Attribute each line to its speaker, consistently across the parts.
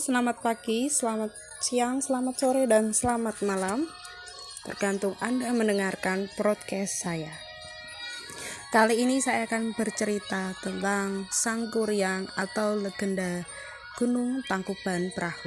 Speaker 1: selamat pagi, selamat siang, selamat sore, dan selamat malam. Tergantung Anda mendengarkan podcast saya. Kali ini saya akan bercerita tentang Sangkuriang atau legenda Gunung Tangkuban Perahu.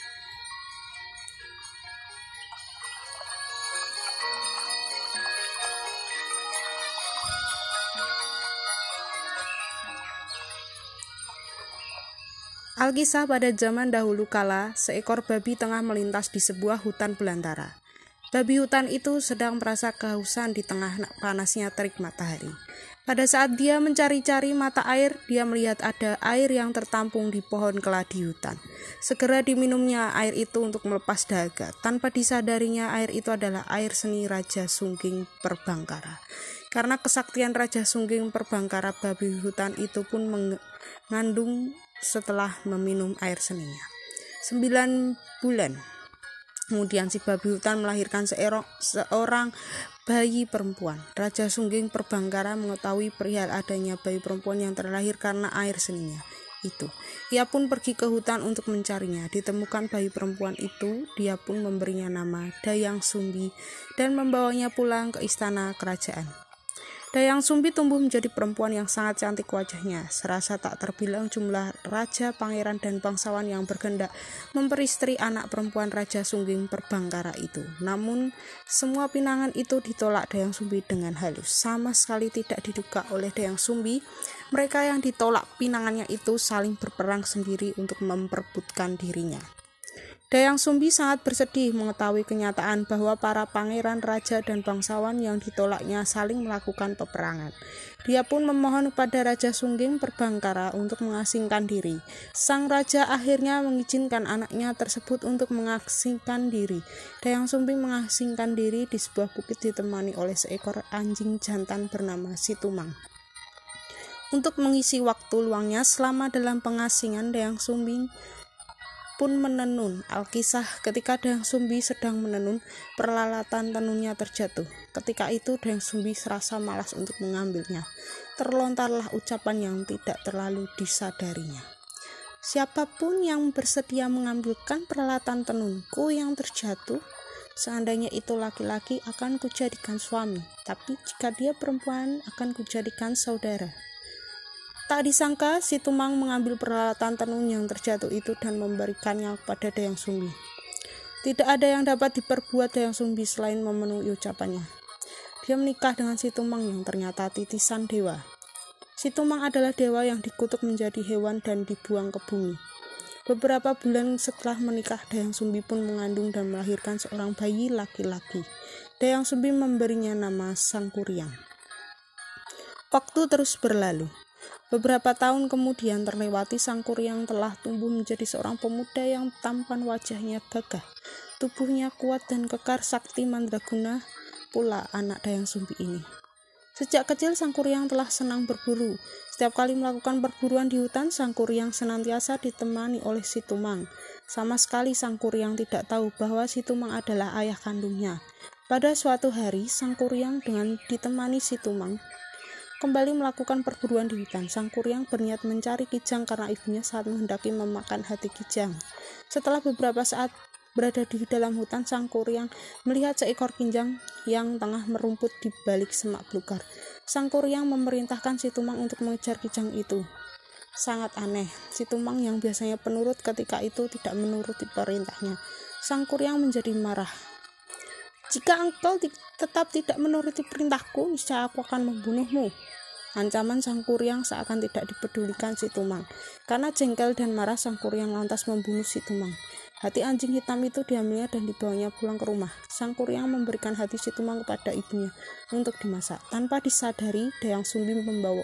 Speaker 1: Alkisah pada zaman dahulu kala, seekor babi tengah melintas di sebuah hutan belantara. Babi hutan itu sedang merasa kehausan di tengah panasnya terik matahari. Pada saat dia mencari-cari mata air, dia melihat ada air yang tertampung di pohon keladi hutan. Segera diminumnya air itu untuk melepas dahaga. Tanpa disadarinya, air itu adalah air seni Raja Sungging Perbangkara. Karena kesaktian Raja Sungging Perbangkara, babi hutan itu pun mengandung setelah meminum air seninya. 9 bulan kemudian si babi hutan melahirkan seorang bayi perempuan. Raja Sungging Perbangkara mengetahui perihal adanya bayi perempuan yang terlahir karena air seninya itu. Ia pun pergi ke hutan untuk mencarinya. Ditemukan bayi perempuan itu, dia pun memberinya nama Dayang Sumbi dan membawanya pulang ke istana kerajaan. Dayang Sumbi tumbuh menjadi perempuan yang sangat cantik wajahnya. Serasa tak terbilang jumlah raja, pangeran, dan bangsawan yang berkehendak memperistri anak perempuan Raja Sungging Perbangkara itu. Namun, semua pinangan itu ditolak Dayang Sumbi dengan halus. Sama sekali tidak diduga oleh Dayang Sumbi, mereka yang ditolak pinangannya itu saling berperang sendiri untuk memperebutkan dirinya. Dayang Sumbi sangat bersedih mengetahui kenyataan bahwa para pangeran, raja, dan bangsawan yang ditolaknya saling melakukan peperangan. Dia pun memohon kepada Raja Sungging Perbangkara untuk mengasingkan diri. Sang raja akhirnya mengizinkan anaknya tersebut untuk mengasingkan diri. Dayang Sumbi mengasingkan diri di sebuah bukit ditemani oleh seekor anjing jantan bernama Situmang. Untuk mengisi waktu luangnya selama dalam pengasingan, Dayang Sumbi pun menenun. Alkisah, ketika Dayang Sumbi sedang menenun, peralatan tenunnya terjatuh. Ketika itu Dayang Sumbi serasa malas untuk mengambilnya. Terlontarlah ucapan yang tidak terlalu disadarinya. Siapapun yang bersedia mengambilkan peralatan tenunku yang terjatuh, seandainya itu laki-laki akan kujadikan suami, tapi jika dia perempuan akan kujadikan saudara. Tak disangka, Situmang mengambil peralatan tenun yang terjatuh itu dan memberikannya kepada Dayang Sumbi. Tidak ada yang dapat diperbuat Dayang Sumbi selain memenuhi ucapannya. Dia menikah dengan Situmang yang ternyata titisan dewa. Situmang adalah dewa yang dikutuk menjadi hewan dan dibuang ke bumi. Beberapa bulan setelah menikah, Dayang Sumbi pun mengandung dan melahirkan seorang bayi laki-laki. Dayang Sumbi memberinya nama Sangkuriang. Waktu terus berlalu. Beberapa tahun kemudian terlewati, Sangkuriang telah tumbuh menjadi seorang pemuda yang tampan, wajahnya gagah, tubuhnya kuat dan kekar. Sakti mandraguna pula anak Dayang Sumbi ini. Sejak kecil Sangkuriang telah senang berburu. Setiap kali melakukan perburuan di hutan, Sangkuriang senantiasa ditemani oleh Situmang. Sama sekali Sangkuriang tidak tahu bahwa Situmang adalah ayah kandungnya. Pada suatu hari, Sangkuriang dengan ditemani Situmang kembali melakukan perburuan di hutan. Sangkuriang berniat mencari kijang karena ibunya saat menghendaki memakan hati kijang. Setelah beberapa saat berada di dalam hutan, Sangkuriang melihat seekor kijang yang tengah merumput di balik semak belukar. Sangkuriang memerintahkan Situmang untuk mengejar kijang itu. Sangat aneh, Situmang yang biasanya penurut ketika itu tidak menuruti perintahnya. Sangkuriang menjadi marah. "Jika engkau tetap tidak menuruti perintahku, niscaya aku akan membunuhmu." Ancaman Sangkuriang seakan tidak dipedulikan Situmang. Karena jengkel dan marah, Sangkuriang lantas membunuh Situmang. Hati anjing hitam itu diambilnya dan dibawanya pulang ke rumah. Sangkuriang memberikan hati Situmang kepada ibunya untuk dimasak. Tanpa disadari, Dayang Sumbi membawa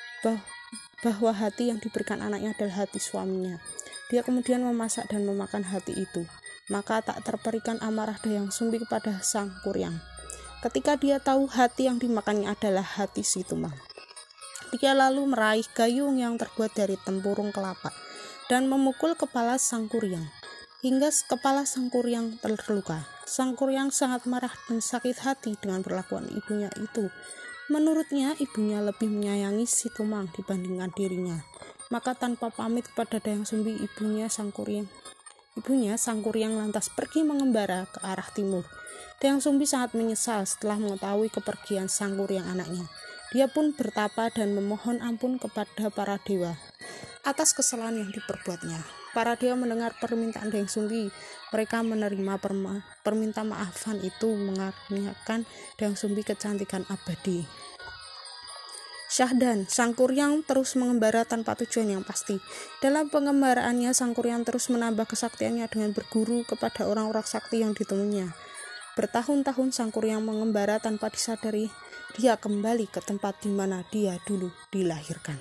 Speaker 1: bahwa hati yang diberikan anaknya adalah hati suaminya. Dia kemudian memasak dan memakan hati itu. Maka tak terperikan amarah Dayang Sumbi kepada Sangkuriang. Ketika dia tahu hati yang dimakannya adalah hati Situmang, dia lalu meraih gayung yang terbuat dari tempurung kelapa dan memukul kepala Sangkuriang hingga kepala Sangkuriang terluka. Sangkuriang sangat marah dan sakit hati dengan perlakuan ibunya itu. Menurutnya, ibunya lebih menyayangi Situmang dibandingkan dirinya. Maka tanpa pamit kepada Dayang Sumbi, ibunya Sangkuriang Ibunya, Sang Kuryang, lantas pergi mengembara ke arah timur. Dayang Sumbi sangat menyesal setelah mengetahui kepergian Sang Kuryang anaknya. Dia pun bertapa dan memohon ampun kepada para dewa atas kesalahan yang diperbuatnya. Para dewa mendengar permintaan Dayang Sumbi. Mereka menerima permintaan maafan itu, mengaruniakan Dayang Sumbi kecantikan abadi. Syahdan, Sang Kuryang terus mengembara tanpa tujuan yang pasti. Dalam pengembaraannya, Sang Kuryang terus menambah kesaktiannya dengan berguru kepada orang-orang sakti yang ditemuinya. Bertahun-tahun Sang Kuryang mengembara tanpa disadari, dia kembali ke tempat di mana dia dulu dilahirkan.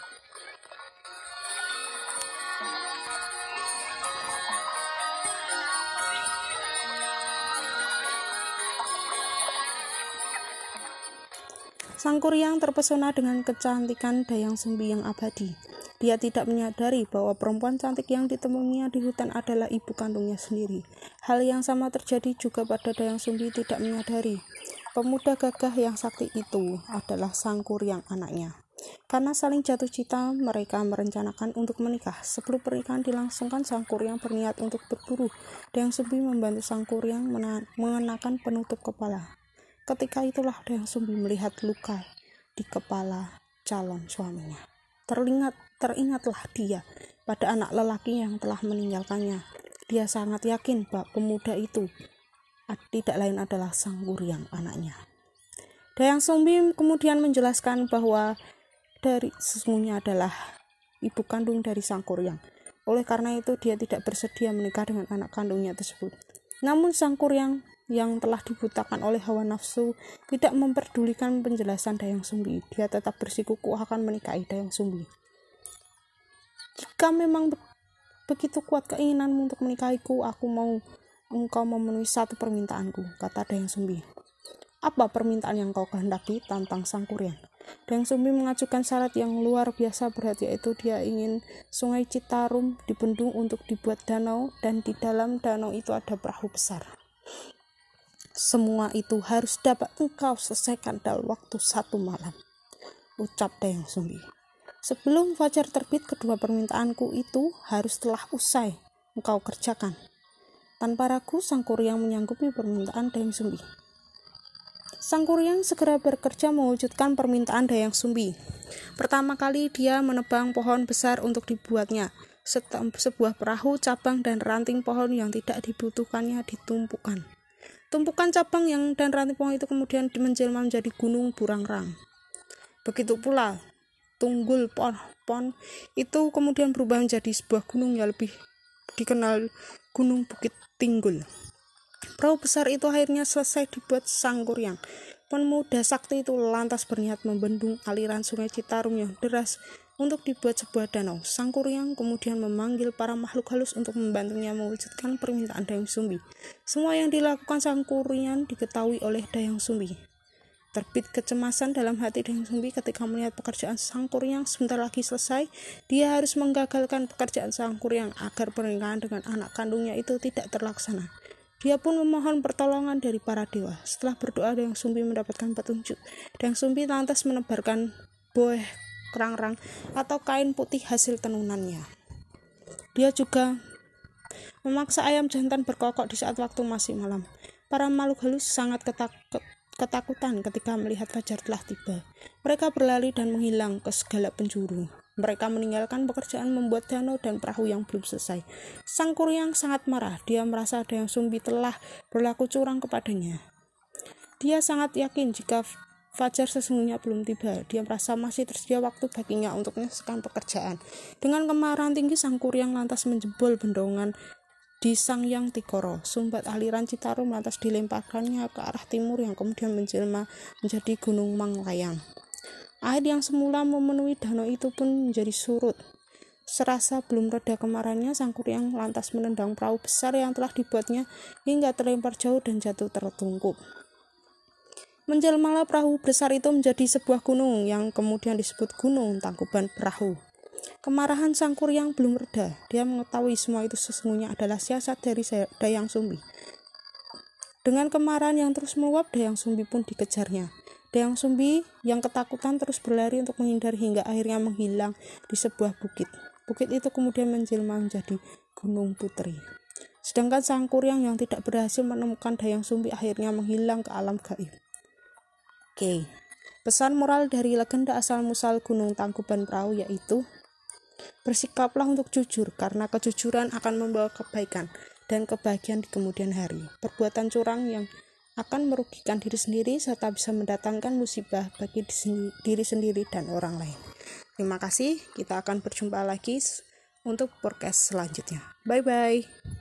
Speaker 1: Sang Kuryang terpesona dengan kecantikan Dayang Sumbi yang abadi. Dia tidak menyadari bahwa perempuan cantik yang ditemuinya di hutan adalah ibu kandungnya sendiri. Hal yang sama terjadi juga pada Dayang Sumbi tidak menyadari. Pemuda gagah yang sakti itu adalah Sang Kuryang anaknya. Karena saling jatuh cinta, mereka merencanakan untuk menikah. Sebelum pernikahan dilangsungkan, Sang Kuryang berniat untuk berburu. Dayang Sumbi membantu Sang Kuryang mengenakan penutup kepala. Ketika itulah Dayang Sumbi melihat luka di kepala calon suaminya. Teringatlah dia pada anak lelaki yang telah meninggalkannya. Dia sangat yakin bahwa pemuda itu tidak lain adalah Sang Kuryang anaknya. Dayang Sumbi kemudian menjelaskan bahwa sesungguhnya adalah ibu kandung dari Sang Kuryang. Oleh karena itu dia tidak bersedia menikah dengan anak kandungnya tersebut. Namun Sang Kuryang yang telah dibutakan oleh hawa nafsu tidak memperdulikan penjelasan Dayang Sumbi. Dia tetap bersikukuh akan menikahi Dayang Sumbi. Jika memang begitu kuat keinginanmu untuk menikahiku, aku mau engkau memenuhi satu permintaanku, kata Dayang Sumbi. Apa permintaan yang kau kehendaki? Tantang Sang Kuryang. Dayang Sumbi mengajukan syarat yang luar biasa berat, yaitu dia ingin sungai Citarum dibendung untuk dibuat danau, dan di dalam danau itu ada perahu besar. Semua itu harus dapat engkau selesaikan dalam waktu 1 malam, ucap Dayang Sumbi. Sebelum fajar terbit, kedua permintaanku itu harus telah usai engkau kerjakan. Tanpa ragu, Sang Kuryang menyanggupi permintaan Dayang Sumbi. Sang Kuryang segera bekerja mewujudkan permintaan Dayang Sumbi. Pertama kali dia menebang pohon besar untuk dibuatnya. Sebuah perahu, cabang, dan ranting pohon yang tidak dibutuhkannya ditumpukan. Tumpukan cabang dan ranting pohon itu kemudian menjelma menjadi gunung Burangrang. Begitu pula tunggul pohon itu kemudian berubah menjadi sebuah gunung yang lebih dikenal Gunung Bukit Tinggul. Perahu besar itu akhirnya selesai dibuat Sang Kuryang. Pemuda sakti itu lantas berniat membendung aliran sungai Citarum yang deras untuk dibuat sebuah danau. Sang Kuryang kemudian memanggil para makhluk halus untuk membantunya mewujudkan permintaan Dayang Sumbi. Semua yang dilakukan Sang Kuryang diketahui oleh Dayang Sumbi. Terbit kecemasan dalam hati Dayang Sumbi ketika melihat pekerjaan Sang Kuryang sebentar lagi selesai. Dia harus menggagalkan pekerjaan Sang Kuryang agar pernikahan dengan anak kandungnya itu tidak terlaksana. Dia pun memohon pertolongan dari para dewa. Setelah berdoa, Dayang Sumbi mendapatkan petunjuk. Dayang Sumbi lantas menebarkan boeh kerangrang atau kain putih hasil tenunannya. Dia juga memaksa ayam jantan berkokok di saat waktu masih malam. Para makhluk halus sangat ketakutan ketika melihat fajar telah tiba. Mereka berlari dan menghilang ke segala penjuru. Mereka meninggalkan pekerjaan membuat danau dan perahu yang belum selesai. Sang Kuryang sangat marah. Dia merasa Dayang Sumbi telah berlaku curang kepadanya. Dia sangat yakin jika fajar sesungguhnya belum tiba. Dia merasa masih tersedia waktu baginya untuk menyelesaikan pekerjaan. Dengan kemarahan tinggi, Sang Kuryang lantas menjebol bendungan di Sangyang Tikoro. Sumbat aliran Citarum lantas dilemparkannya ke arah timur yang kemudian menjelma menjadi Gunung Manglayang. Air yang semula memenuhi danau itu pun menjadi surut. Serasa belum reda kemarahannya, Sang Kuryang lantas menendang perahu besar yang telah dibuatnya hingga terlempar jauh dan jatuh tertungkup. Menjelmalah perahu besar itu menjadi sebuah gunung yang kemudian disebut Gunung Tangkuban Perahu. Kemarahan Sang Kuryang belum reda. Dia mengetahui semua itu sesungguhnya adalah siasat dari Dayang Sumbi. Dengan kemarahan yang terus meluap, Dayang Sumbi pun dikejarnya. Dayang Sumbi yang ketakutan terus berlari untuk menghindar hingga akhirnya menghilang di sebuah bukit. Bukit itu kemudian menjelma menjadi Gunung Putri. Sedangkan sang kuryang yang tidak berhasil menemukan Dayang Sumbi akhirnya menghilang ke alam gaib. Oke, pesan moral dari legenda asal-musal Gunung Tangkuban Perahu yaitu bersikaplah untuk jujur karena kejujuran akan membawa kebaikan dan kebahagiaan di kemudian hari. Perbuatan curang yang akan merugikan diri sendiri serta bisa mendatangkan musibah bagi diri sendiri dan orang lain. Terima kasih, kita akan berjumpa lagi untuk podcast selanjutnya. Bye-bye.